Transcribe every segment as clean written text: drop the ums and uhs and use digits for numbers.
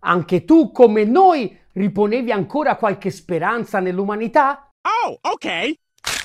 Anche tu, come noi, riponevi ancora qualche speranza nell'umanità? Oh, ok.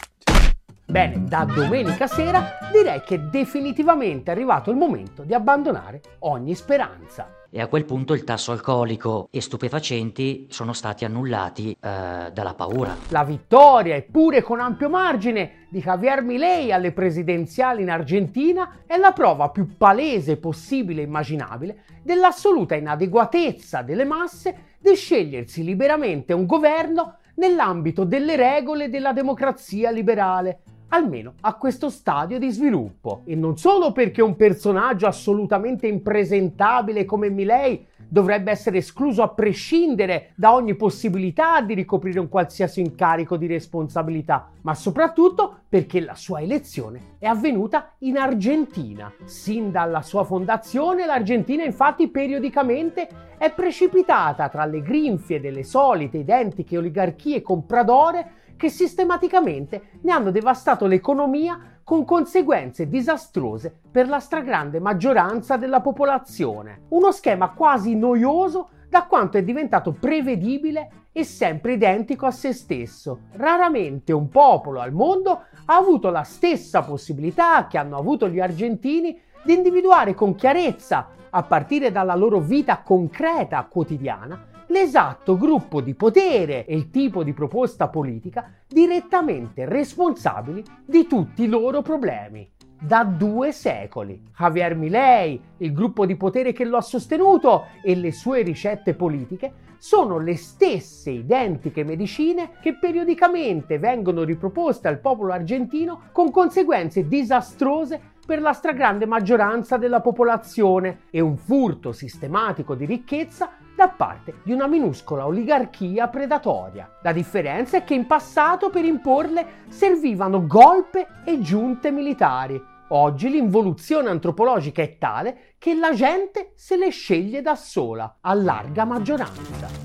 Bene, da domenica sera direi che è definitivamente arrivato il momento di abbandonare ogni speranza. E a quel punto il tasso alcolico e stupefacenti sono stati annullati dalla paura. La vittoria, eppure con ampio margine, di Javier Milei alle presidenziali in Argentina è la prova più palese possibile e immaginabile dell'assoluta inadeguatezza delle masse di scegliersi liberamente un governo nell'ambito delle regole della democrazia liberale, almeno a questo stadio di sviluppo. E non solo perché un personaggio assolutamente impresentabile come Milei dovrebbe essere escluso a prescindere da ogni possibilità di ricoprire un qualsiasi incarico di responsabilità, ma soprattutto perché la sua elezione è avvenuta in Argentina. Sin dalla sua fondazione, l'Argentina infatti periodicamente è precipitata tra le grinfie delle solite identiche oligarchie compradore che sistematicamente ne hanno devastato l'economia con conseguenze disastrose per la stragrande maggioranza della popolazione. Uno schema quasi noioso da quanto è diventato prevedibile e sempre identico a se stesso. Raramente un popolo al mondo ha avuto la stessa possibilità che hanno avuto gli argentini di individuare con chiarezza, a partire dalla loro vita concreta quotidiana, l'esatto gruppo di potere e il tipo di proposta politica direttamente responsabili di tutti i loro problemi. Da 2 secoli. Javier Milei, il gruppo di potere che lo ha sostenuto e le sue ricette politiche sono le stesse identiche medicine che periodicamente vengono riproposte al popolo argentino con conseguenze disastrose per la stragrande maggioranza della popolazione e un furto sistematico di ricchezza da parte di una minuscola oligarchia predatoria. La differenza è che in passato per imporle servivano golpe e giunte militari. Oggi l'involuzione antropologica è tale che la gente se le sceglie da sola, a larga maggioranza.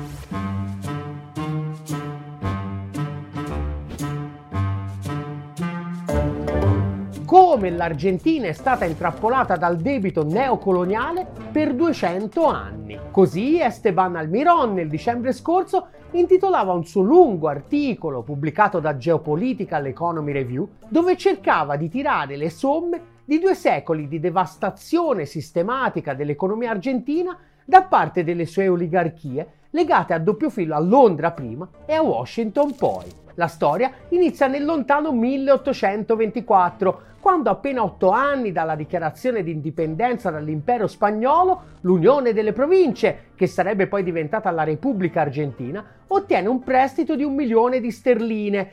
Come l'Argentina è stata intrappolata dal debito neocoloniale per 200 anni. Così Esteban Almirón nel dicembre scorso intitolava un suo lungo articolo pubblicato da Geopolitical Economy Review, dove cercava di tirare le somme di 2 secoli di devastazione sistematica dell'economia argentina da parte delle sue oligarchie legate a doppio filo a Londra prima e a Washington poi. La storia inizia nel lontano 1824, quando appena 8 anni dalla dichiarazione di indipendenza dall'impero spagnolo, l'Unione delle Province, che sarebbe poi diventata la Repubblica Argentina, ottiene un prestito di 1 milione di sterline,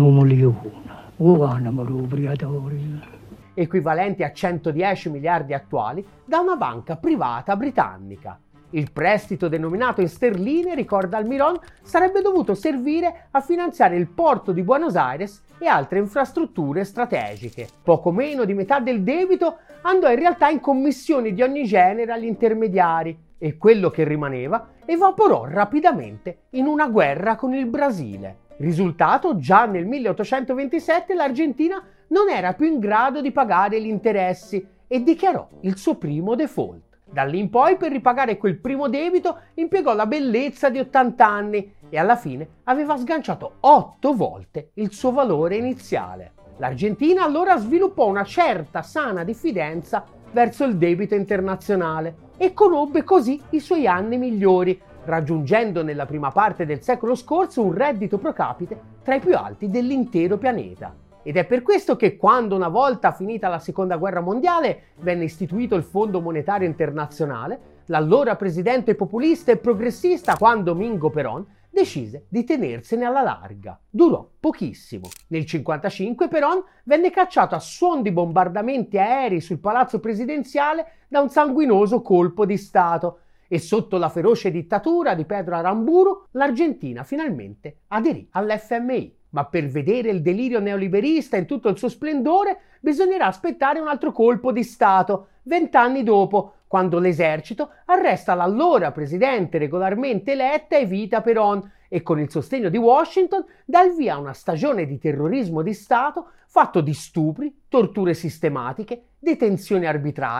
equivalenti a 110 miliardi attuali, da una banca privata britannica. Il prestito denominato in sterline, ricorda Almirón, sarebbe dovuto servire a finanziare il porto di Buenos Aires e altre infrastrutture strategiche. Poco meno di metà del debito andò in realtà in commissioni di ogni genere agli intermediari e quello che rimaneva evaporò rapidamente in una guerra con il Brasile. Risultato, già nel 1827 l'Argentina non era più in grado di pagare gli interessi e dichiarò il suo primo default. Da lì in poi, per ripagare quel primo debito, impiegò la bellezza di 80 anni e alla fine aveva sganciato 8 volte il suo valore iniziale. L'Argentina allora sviluppò una certa sana diffidenza verso il debito internazionale e conobbe così i suoi anni migliori, raggiungendo nella prima parte del secolo scorso un reddito pro capite tra i più alti dell'intero pianeta. Ed è per questo che quando una volta finita la Seconda Guerra Mondiale venne istituito il Fondo Monetario Internazionale, l'allora presidente populista e progressista Juan Domingo Perón decise di tenersene alla larga. Durò pochissimo. Nel 1955 Perón venne cacciato a suon di bombardamenti aerei sul palazzo presidenziale da un sanguinoso colpo di Stato e sotto la feroce dittatura di Pedro Aramburu l'Argentina finalmente aderì all'FMI. Ma per vedere il delirio neoliberista in tutto il suo splendore bisognerà aspettare un altro colpo di Stato, 20 anni dopo, quando l'esercito arresta l'allora presidente regolarmente eletta Evita Perón e con il sostegno di Washington dà il via a una stagione di terrorismo di Stato fatto di stupri, torture sistematiche, detenzioni arbitrarie,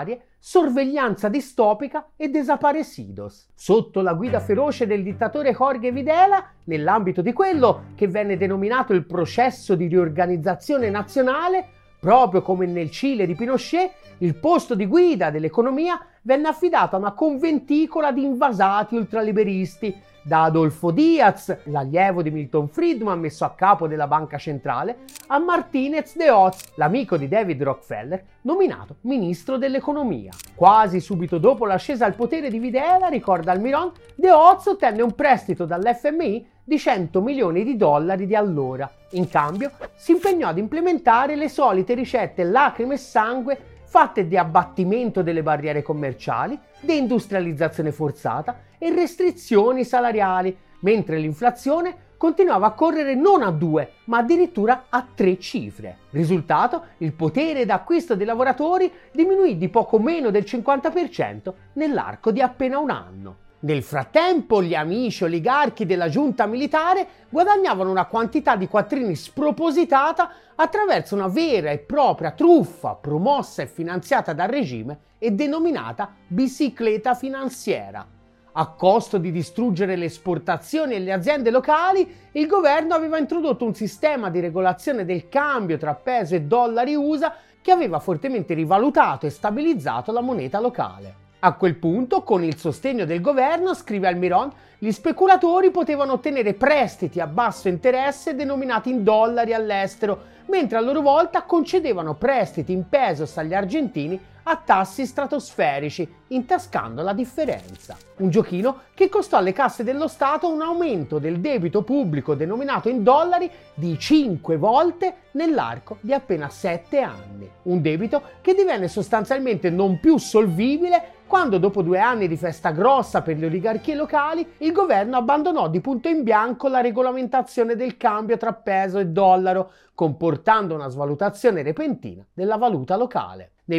sorveglianza distopica e desaparecidos. Sotto la guida feroce del dittatore Jorge Videla, nell'ambito di quello che venne denominato il processo di riorganizzazione nazionale, proprio come nel Cile di Pinochet, il posto di guida dell'economia venne affidato a una conventicola di invasati ultraliberisti, da Adolfo Diaz, l'allievo di Milton Friedman messo a capo della banca centrale, a Martínez de Oz, l'amico di David Rockefeller, nominato ministro dell'economia. Quasi subito dopo l'ascesa al potere di Videla, ricorda Almirón, de Oz ottenne un prestito dall'FMI di 100 milioni di dollari di allora. In cambio si impegnò ad implementare le solite ricette lacrime e sangue fatte di abbattimento delle barriere commerciali, deindustrializzazione forzata e restrizioni salariali, mentre l'inflazione continuava a correre non a 2, ma addirittura a 3 cifre. Risultato, il potere d'acquisto dei lavoratori diminuì di poco meno del 50% nell'arco di appena un anno. Nel frattempo, gli amici oligarchi della giunta militare guadagnavano una quantità di quattrini spropositata attraverso una vera e propria truffa promossa e finanziata dal regime e denominata bicicletta finanziaria. A costo di distruggere le esportazioni e le aziende locali, il governo aveva introdotto un sistema di regolazione del cambio tra peso e dollari USA che aveva fortemente rivalutato e stabilizzato la moneta locale. A quel punto, con il sostegno del governo, scrive Almirón, gli speculatori potevano ottenere prestiti a basso interesse denominati in dollari all'estero, mentre a loro volta concedevano prestiti in pesos agli argentini a tassi stratosferici, intascando la differenza. Un giochino che costò alle casse dello Stato un aumento del debito pubblico denominato in dollari di 5 volte nell'arco di appena 7 anni. Un debito che divenne sostanzialmente non più solvibile quando, dopo 2 anni di festa grossa per le oligarchie locali, il governo abbandonò di punto in bianco la regolamentazione del cambio tra peso e dollaro, comportando una svalutazione repentina della valuta locale. Nel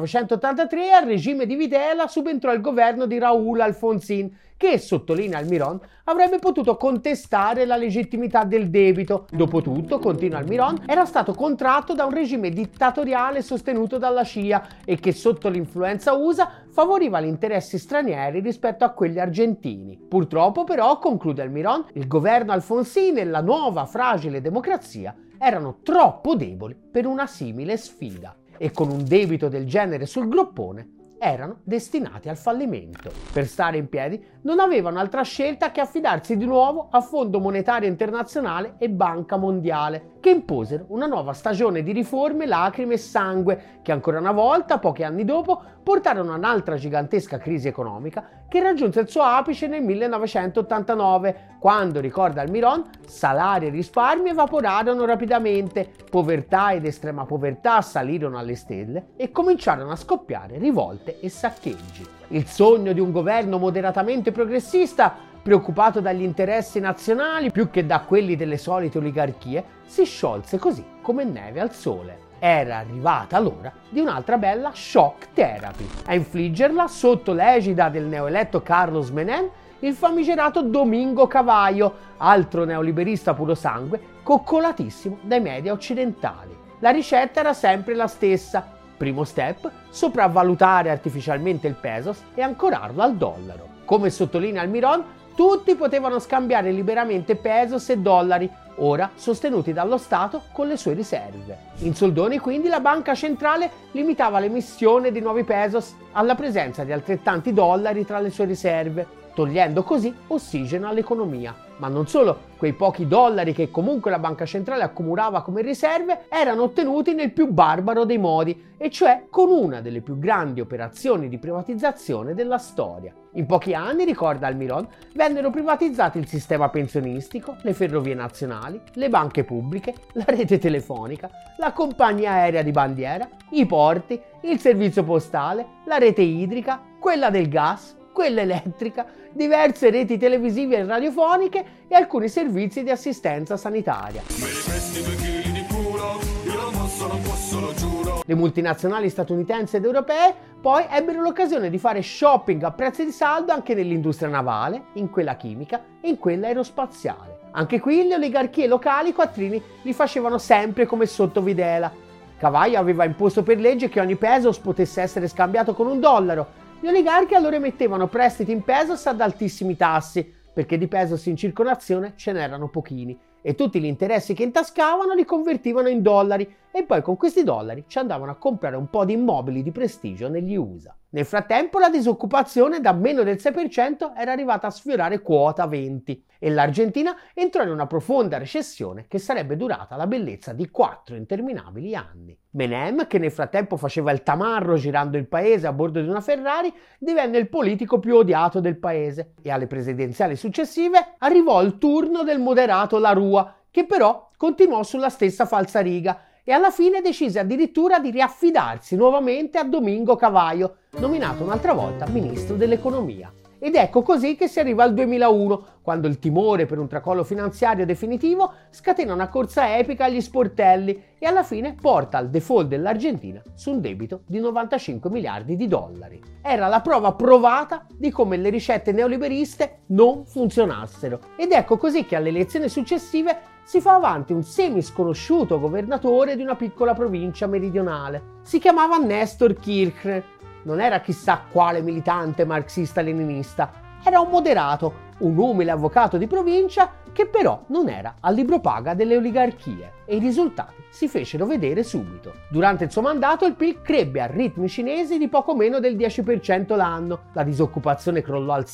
1983 al regime di Videla subentrò il governo di Raúl Alfonsín, che, sottolinea Almirón, avrebbe potuto contestare la legittimità del debito. Dopotutto, continua Almirón, era stato contratto da un regime dittatoriale sostenuto dalla CIA e che sotto l'influenza USA favoriva gli interessi stranieri rispetto a quelli argentini. Purtroppo però, conclude Almirón, il governo Alfonsín e la nuova fragile democrazia erano troppo deboli per una simile sfida e con un debito del genere sul groppone erano destinati al fallimento. Per stare in piedi non avevano altra scelta che affidarsi di nuovo a Fondo Monetario Internazionale e Banca Mondiale, che imposero una nuova stagione di riforme, lacrime e sangue, che ancora una volta, pochi anni dopo, portarono a un'altra gigantesca crisi economica che raggiunse il suo apice nel 1989, quando, ricorda Almirón, salari e risparmi evaporarono rapidamente, povertà ed estrema povertà salirono alle stelle e cominciarono a scoppiare rivolte e saccheggi. Il sogno di un governo moderatamente progressista, preoccupato dagli interessi nazionali più che da quelli delle solite oligarchie, si sciolse così come neve al sole. Era arrivata l'ora di un'altra bella shock therapy. A infliggerla, sotto l'egida del neoeletto Carlos Menem, il famigerato Domingo Cavallo, altro neoliberista purosangue, coccolatissimo dai media occidentali. La ricetta era sempre la stessa. Primo step, sopravvalutare artificialmente il pesos e ancorarlo al dollaro. Come sottolinea Almirón, tutti potevano scambiare liberamente pesos e dollari, ora sostenuti dallo Stato con le sue riserve. In soldoni quindi la banca centrale limitava l'emissione di nuovi pesos alla presenza di altrettanti dollari tra le sue riserve, togliendo così ossigeno all'economia. Ma non solo, quei pochi dollari che comunque la banca centrale accumulava come riserve erano ottenuti nel più barbaro dei modi, e cioè con una delle più grandi operazioni di privatizzazione della storia. In pochi anni, ricorda Almirón, vennero privatizzati il sistema pensionistico, le ferrovie nazionali, le banche pubbliche, la rete telefonica, la compagnia aerea di bandiera, i porti, il servizio postale, la rete idrica, quella del gas, quella elettrica, diverse reti televisive e radiofoniche e alcuni servizi di assistenza sanitaria. Le multinazionali statunitensi ed europee poi ebbero l'occasione di fare shopping a prezzi di saldo anche nell'industria navale, in quella chimica e in quella aerospaziale. Anche qui le oligarchie locali i quattrini li facevano sempre come sotto Videla. Cavallo aveva imposto per legge che ogni pesos potesse essere scambiato con $1. Gli oligarchi allora emettevano prestiti in pesos ad altissimi tassi, perché di pesos in circolazione ce n'erano pochini, e tutti gli interessi che intascavano li convertivano in dollari e poi con questi dollari ci andavano a comprare un po' di immobili di prestigio negli USA. Nel frattempo la disoccupazione da meno del 6% era arrivata a sfiorare quota 20 e l'Argentina entrò in una profonda recessione che sarebbe durata la bellezza di 4 interminabili anni. Menem, che nel frattempo faceva il tamarro girando il paese a bordo di una Ferrari, divenne il politico più odiato del paese e alle presidenziali successive arrivò il turno del moderato La Rúa, che però continuò sulla stessa falsariga e alla fine decise addirittura di riaffidarsi nuovamente a Domingo Cavallo, nominato un'altra volta ministro dell'economia. Ed ecco così che si arriva al 2001, quando il timore per un tracollo finanziario definitivo scatena una corsa epica agli sportelli e alla fine porta al default dell'Argentina su un debito di 95 miliardi di dollari. Era la prova provata di come le ricette neoliberiste non funzionassero. Ed ecco così che alle elezioni successive si fa avanti un semi-sconosciuto governatore di una piccola provincia meridionale. Si chiamava Néstor Kirchner. Non era chissà quale militante marxista-leninista, era un moderato, un umile avvocato di provincia che però non era al libro paga delle oligarchie e i risultati si fecero vedere subito. Durante il suo mandato il PIL crebbe a ritmi cinesi di poco meno del 10% l'anno, la disoccupazione crollò al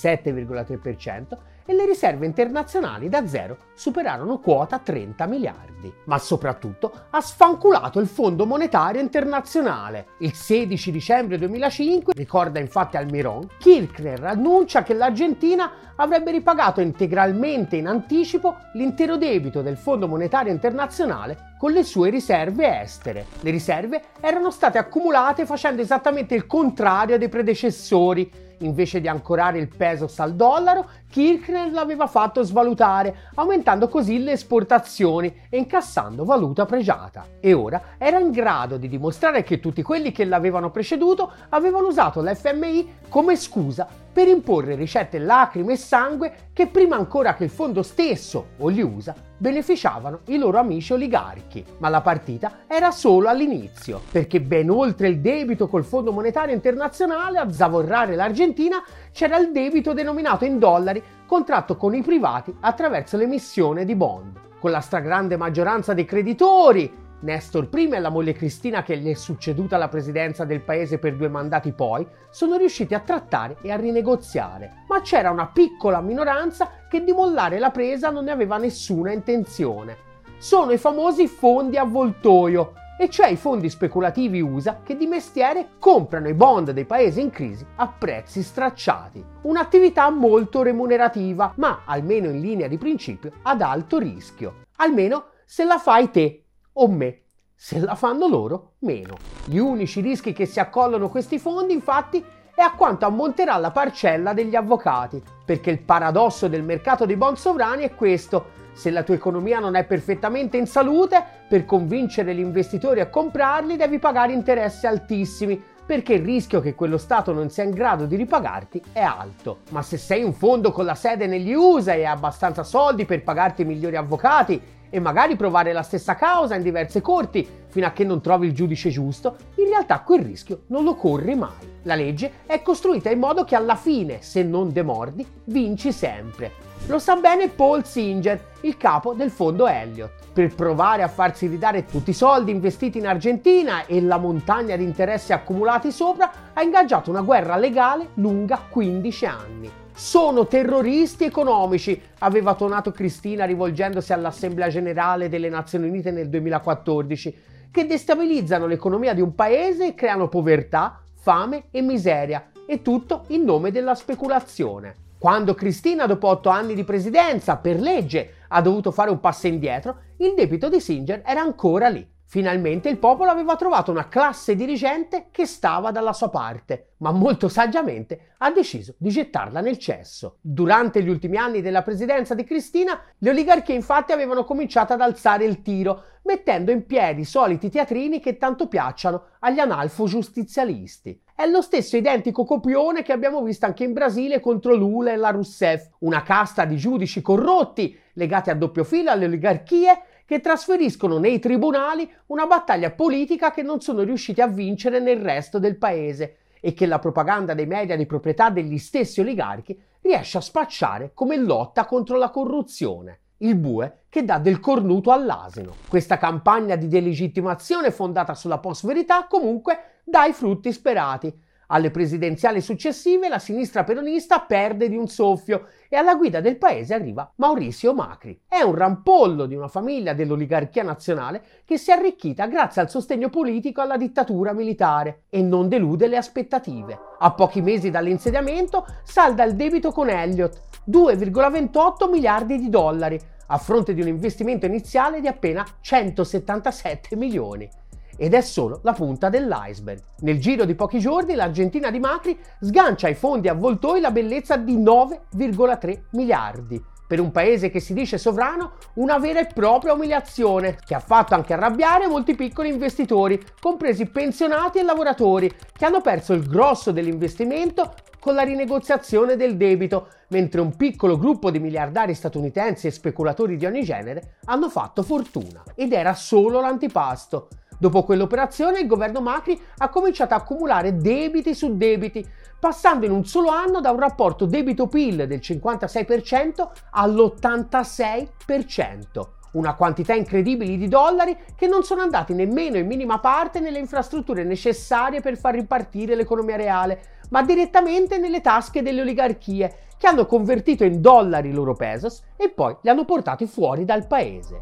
7,3% e le riserve internazionali da zero superarono quota 30 miliardi. Ma soprattutto ha sfanculato il Fondo Monetario Internazionale. Il 16 dicembre 2005, ricorda infatti Almirón, Kirchner annuncia che l'Argentina avrebbe ripagato integralmente in anticipo l'intero debito del Fondo Monetario Internazionale con le sue riserve estere. Le riserve erano state accumulate facendo esattamente il contrario dei predecessori. Invece di ancorare il pesos al dollaro, Kirchner l'aveva fatto svalutare, aumentando così le esportazioni e incassando valuta pregiata. E ora era in grado di dimostrare che tutti quelli che l'avevano preceduto avevano usato l'FMI come scusa per imporre ricette lacrime e sangue che prima ancora che il fondo stesso o gli USA beneficiavano i loro amici oligarchi. Ma la partita era solo all'inizio, perché ben oltre il debito col Fondo Monetario Internazionale a zavorrare l'Argentina c'era il debito denominato in dollari contratto con i privati attraverso l'emissione di bond. Con la stragrande maggioranza dei creditori, Néstor prima e la moglie Cristina, che gli è succeduta alla presidenza del paese per 2 mandati poi, sono riusciti a trattare e a rinegoziare. Ma c'era una piccola minoranza che di mollare la presa non ne aveva nessuna intenzione. Sono i famosi fondi avvoltoio, e cioè i fondi speculativi USA che di mestiere comprano i bond dei paesi in crisi a prezzi stracciati. Un'attività molto remunerativa, ma almeno in linea di principio ad alto rischio. Almeno se la fai te o me. Se la fanno loro, meno. Gli unici rischi che si accollano questi fondi, infatti, è a quanto ammonterà la parcella degli avvocati, perché il paradosso del mercato dei bond sovrani è questo: se la tua economia non è perfettamente in salute, per convincere gli investitori a comprarli devi pagare interessi altissimi, perché il rischio che quello Stato non sia in grado di ripagarti è alto. Ma se sei un fondo con la sede negli USA e hai abbastanza soldi per pagarti i migliori avvocati e magari provare la stessa causa in diverse corti fino a che non trovi il giudice giusto, in realtà quel rischio non lo corri mai. La legge è costruita in modo che alla fine, se non demordi, vinci sempre. Lo sa bene Paul Singer, il capo del fondo Elliott. Per provare a farsi ridare tutti i soldi investiti in Argentina e la montagna di interessi accumulati sopra, ha ingaggiato una guerra legale lunga 15 anni. Sono terroristi economici, aveva tonato Cristina rivolgendosi all'Assemblea Generale delle Nazioni Unite nel 2014, che destabilizzano l'economia di un paese e creano povertà, fame e miseria, e tutto in nome della speculazione. Quando Cristina, dopo 8 anni di presidenza, per legge, ha dovuto fare un passo indietro, il debito di Singer era ancora lì. Finalmente il popolo aveva trovato una classe dirigente che stava dalla sua parte, ma molto saggiamente ha deciso di gettarla nel cesso. Durante gli ultimi anni della presidenza di Cristina, le oligarchie infatti avevano cominciato ad alzare il tiro, mettendo in piedi i soliti teatrini che tanto piacciono agli analfo-giustizialisti. È lo stesso identico copione che abbiamo visto anche in Brasile contro Lula e la Rousseff, una casta di giudici corrotti legati a doppio filo alle oligarchie che trasferiscono nei tribunali una battaglia politica che non sono riusciti a vincere nel resto del paese e che la propaganda dei media di proprietà degli stessi oligarchi riesce a spacciare come lotta contro la corruzione. Il bue che dà del cornuto all'asino. Questa campagna di delegittimazione fondata sulla post-verità comunque dà i frutti sperati. Alle presidenziali successive la sinistra peronista perde di un soffio e alla guida del paese arriva Mauricio Macri. È un rampollo di una famiglia dell'oligarchia nazionale che si è arricchita grazie al sostegno politico alla dittatura militare e non delude le aspettative. A pochi mesi dall'insediamento salda il debito con Elliott, 2,28 miliardi di dollari, a fronte di un investimento iniziale di appena 177 milioni. Ed è solo la punta dell'iceberg. Nel giro di pochi giorni l'Argentina di Macri sgancia ai fondi avvoltoi la bellezza di 9,3 miliardi. Per un paese che si dice sovrano, una vera e propria umiliazione, che ha fatto anche arrabbiare molti piccoli investitori, compresi pensionati e lavoratori, che hanno perso il grosso dell'investimento con la rinegoziazione del debito, mentre un piccolo gruppo di miliardari statunitensi e speculatori di ogni genere hanno fatto fortuna. Ed era solo l'antipasto. Dopo quell'operazione il governo Macri ha cominciato a accumulare debiti su debiti, passando in un solo anno da un rapporto debito-PIL del 56% all'86%. Una quantità incredibile di dollari che non sono andati nemmeno in minima parte nelle infrastrutture necessarie per far ripartire l'economia reale, ma direttamente nelle tasche delle oligarchie, che hanno convertito in dollari i loro pesos e poi li hanno portati fuori dal paese.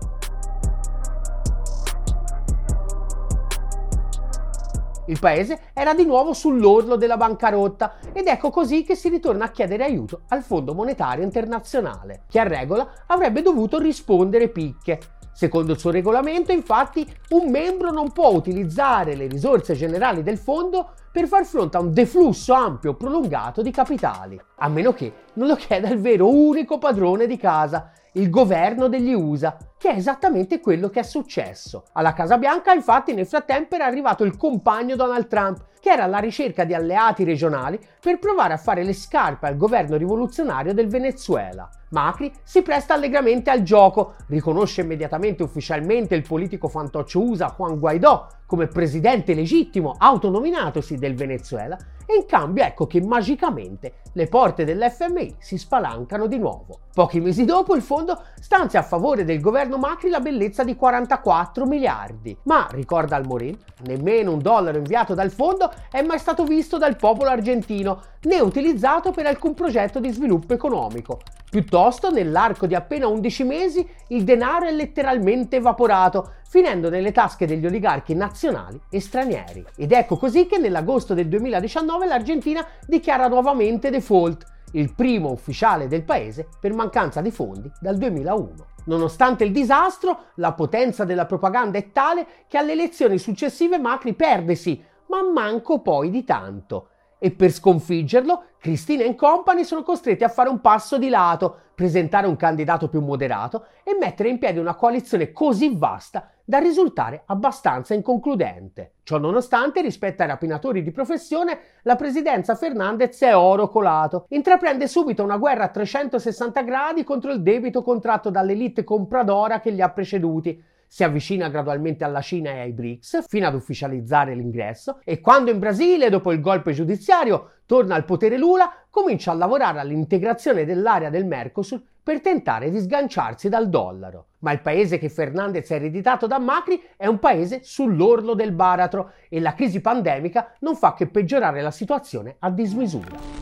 Il paese era di nuovo sull'orlo della bancarotta ed ecco così che si ritorna a chiedere aiuto al Fondo Monetario Internazionale, che a regola avrebbe dovuto rispondere picche. Secondo il suo regolamento, infatti, un membro non può utilizzare le risorse generali del fondo per far fronte a un deflusso ampio prolungato di capitali, a meno che non lo chieda il vero unico padrone di casa, il governo degli USA, che è esattamente quello che è successo. Alla Casa Bianca, infatti, nel frattempo era arrivato il compagno Donald Trump, che era alla ricerca di alleati regionali per provare a fare le scarpe al governo rivoluzionario del Venezuela. Macri si presta allegramente al gioco, riconosce immediatamente ufficialmente il politico fantoccio USA Juan Guaidó come presidente legittimo autonominatosi del Venezuela e in cambio ecco che magicamente le porte dell'FMI si spalancano di nuovo. Pochi mesi dopo il fondo stanzia a favore del governo Macri la bellezza di 44 miliardi, ma, ricorda Almorin, nemmeno un dollaro inviato dal fondo è mai stato visto dal popolo argentino né utilizzato per alcun progetto di sviluppo economico. Piuttosto, nell'arco di appena 11 mesi, il denaro è letteralmente evaporato, finendo nelle tasche degli oligarchi nazionali e stranieri. Ed ecco così che nell'agosto del 2019 l'Argentina dichiara nuovamente default, il primo ufficiale del paese per mancanza di fondi dal 2001. Nonostante il disastro, la potenza della propaganda è tale che alle elezioni successive Macri perde sì, ma manco poi di tanto. E per sconfiggerlo, Cristina e compagni sono costretti a fare un passo di lato, presentare un candidato più moderato e mettere in piedi una coalizione così vasta da risultare abbastanza inconcludente. Ciò nonostante, rispetto ai rapinatori di professione, la presidenza Fernández è oro colato. Intraprende subito una guerra a 360 gradi contro il debito contratto dall'elite compradora che li ha preceduti. Si avvicina gradualmente alla Cina e ai BRICS fino ad ufficializzare l'ingresso e quando in Brasile, dopo il golpe giudiziario, torna al potere Lula, comincia a lavorare all'integrazione dell'area del Mercosur per tentare di sganciarsi dal dollaro. Ma il paese che Fernández ha ereditato da Macri è un paese sull'orlo del baratro e la crisi pandemica non fa che peggiorare la situazione a dismisura.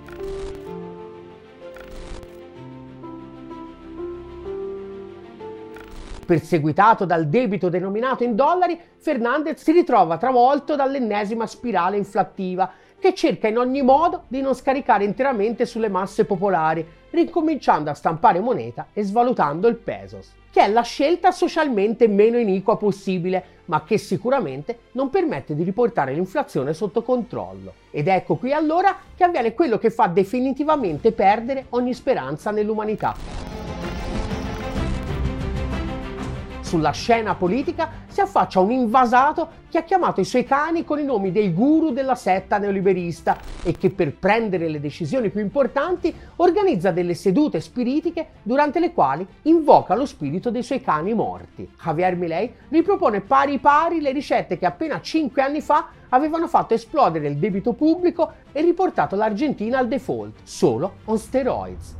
Perseguitato dal debito denominato in dollari, Fernández si ritrova travolto dall'ennesima spirale inflattiva che cerca in ogni modo di non scaricare interamente sulle masse popolari, ricominciando a stampare moneta e svalutando il pesos, che è la scelta socialmente meno iniqua possibile, ma che sicuramente non permette di riportare l'inflazione sotto controllo. Ed ecco qui allora che avviene quello che fa definitivamente perdere ogni speranza nell'umanità. sulla scena politica si affaccia un invasato che ha chiamato i suoi cani con i nomi dei guru della setta neoliberista e che per prendere le decisioni più importanti organizza delle sedute spiritiche durante le quali invoca lo spirito dei suoi cani morti. Javier Milei ripropone pari pari le ricette che appena 5 anni fa avevano fatto esplodere il debito pubblico e riportato l'Argentina al default, solo on steroids.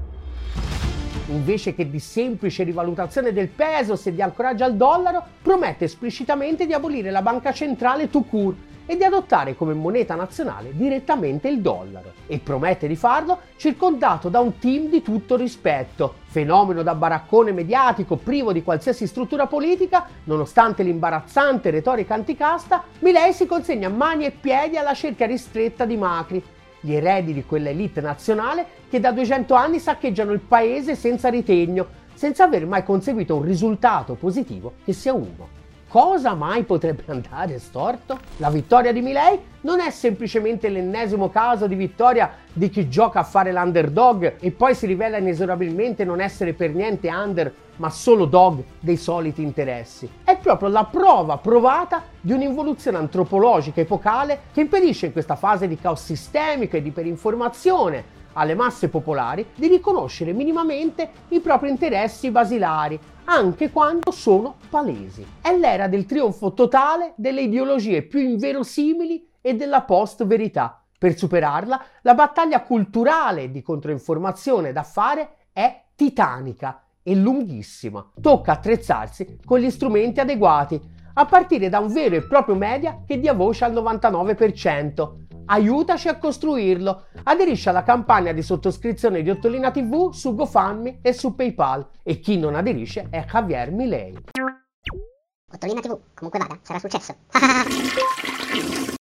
Invece che di semplice rivalutazione del peso e di ancoraggio al dollaro, promette esplicitamente di abolire la banca centrale tout court e di adottare come moneta nazionale direttamente il dollaro. E promette di farlo circondato da un team di tutto rispetto. Fenomeno da baraccone mediatico privo di qualsiasi struttura politica, nonostante l'imbarazzante retorica anticasta, Milei si consegna mani e piedi alla cerchia ristretta di Macri, gli eredi di quella elite nazionale che da 200 anni saccheggiano il paese senza ritegno, senza aver mai conseguito un risultato positivo che sia uno. Cosa mai potrebbe andare storto? La vittoria di Milei non è semplicemente l'ennesimo caso di vittoria di chi gioca a fare l'underdog e poi si rivela inesorabilmente non essere per niente under ma solo dog dei soliti interessi. È proprio la prova provata di un'involuzione antropologica epocale che impedisce in questa fase di caos sistemico e di iperinformazione alle masse popolari di riconoscere minimamente i propri interessi basilari, anche quando sono palesi. È l'era del trionfo totale delle ideologie più inverosimili e della post-verità. Per superarla, la battaglia culturale di controinformazione da fare è titanica e lunghissima. Tocca attrezzarsi con gli strumenti adeguati, a partire da un vero e proprio media che dia voce al 99%. Aiutaci a costruirlo. Aderisci alla campagna di sottoscrizione di Ottolina TV su GoFundMe e su PayPal. E chi non aderisce è Javier Milei. Ottolina TV, comunque vada, sarà successo.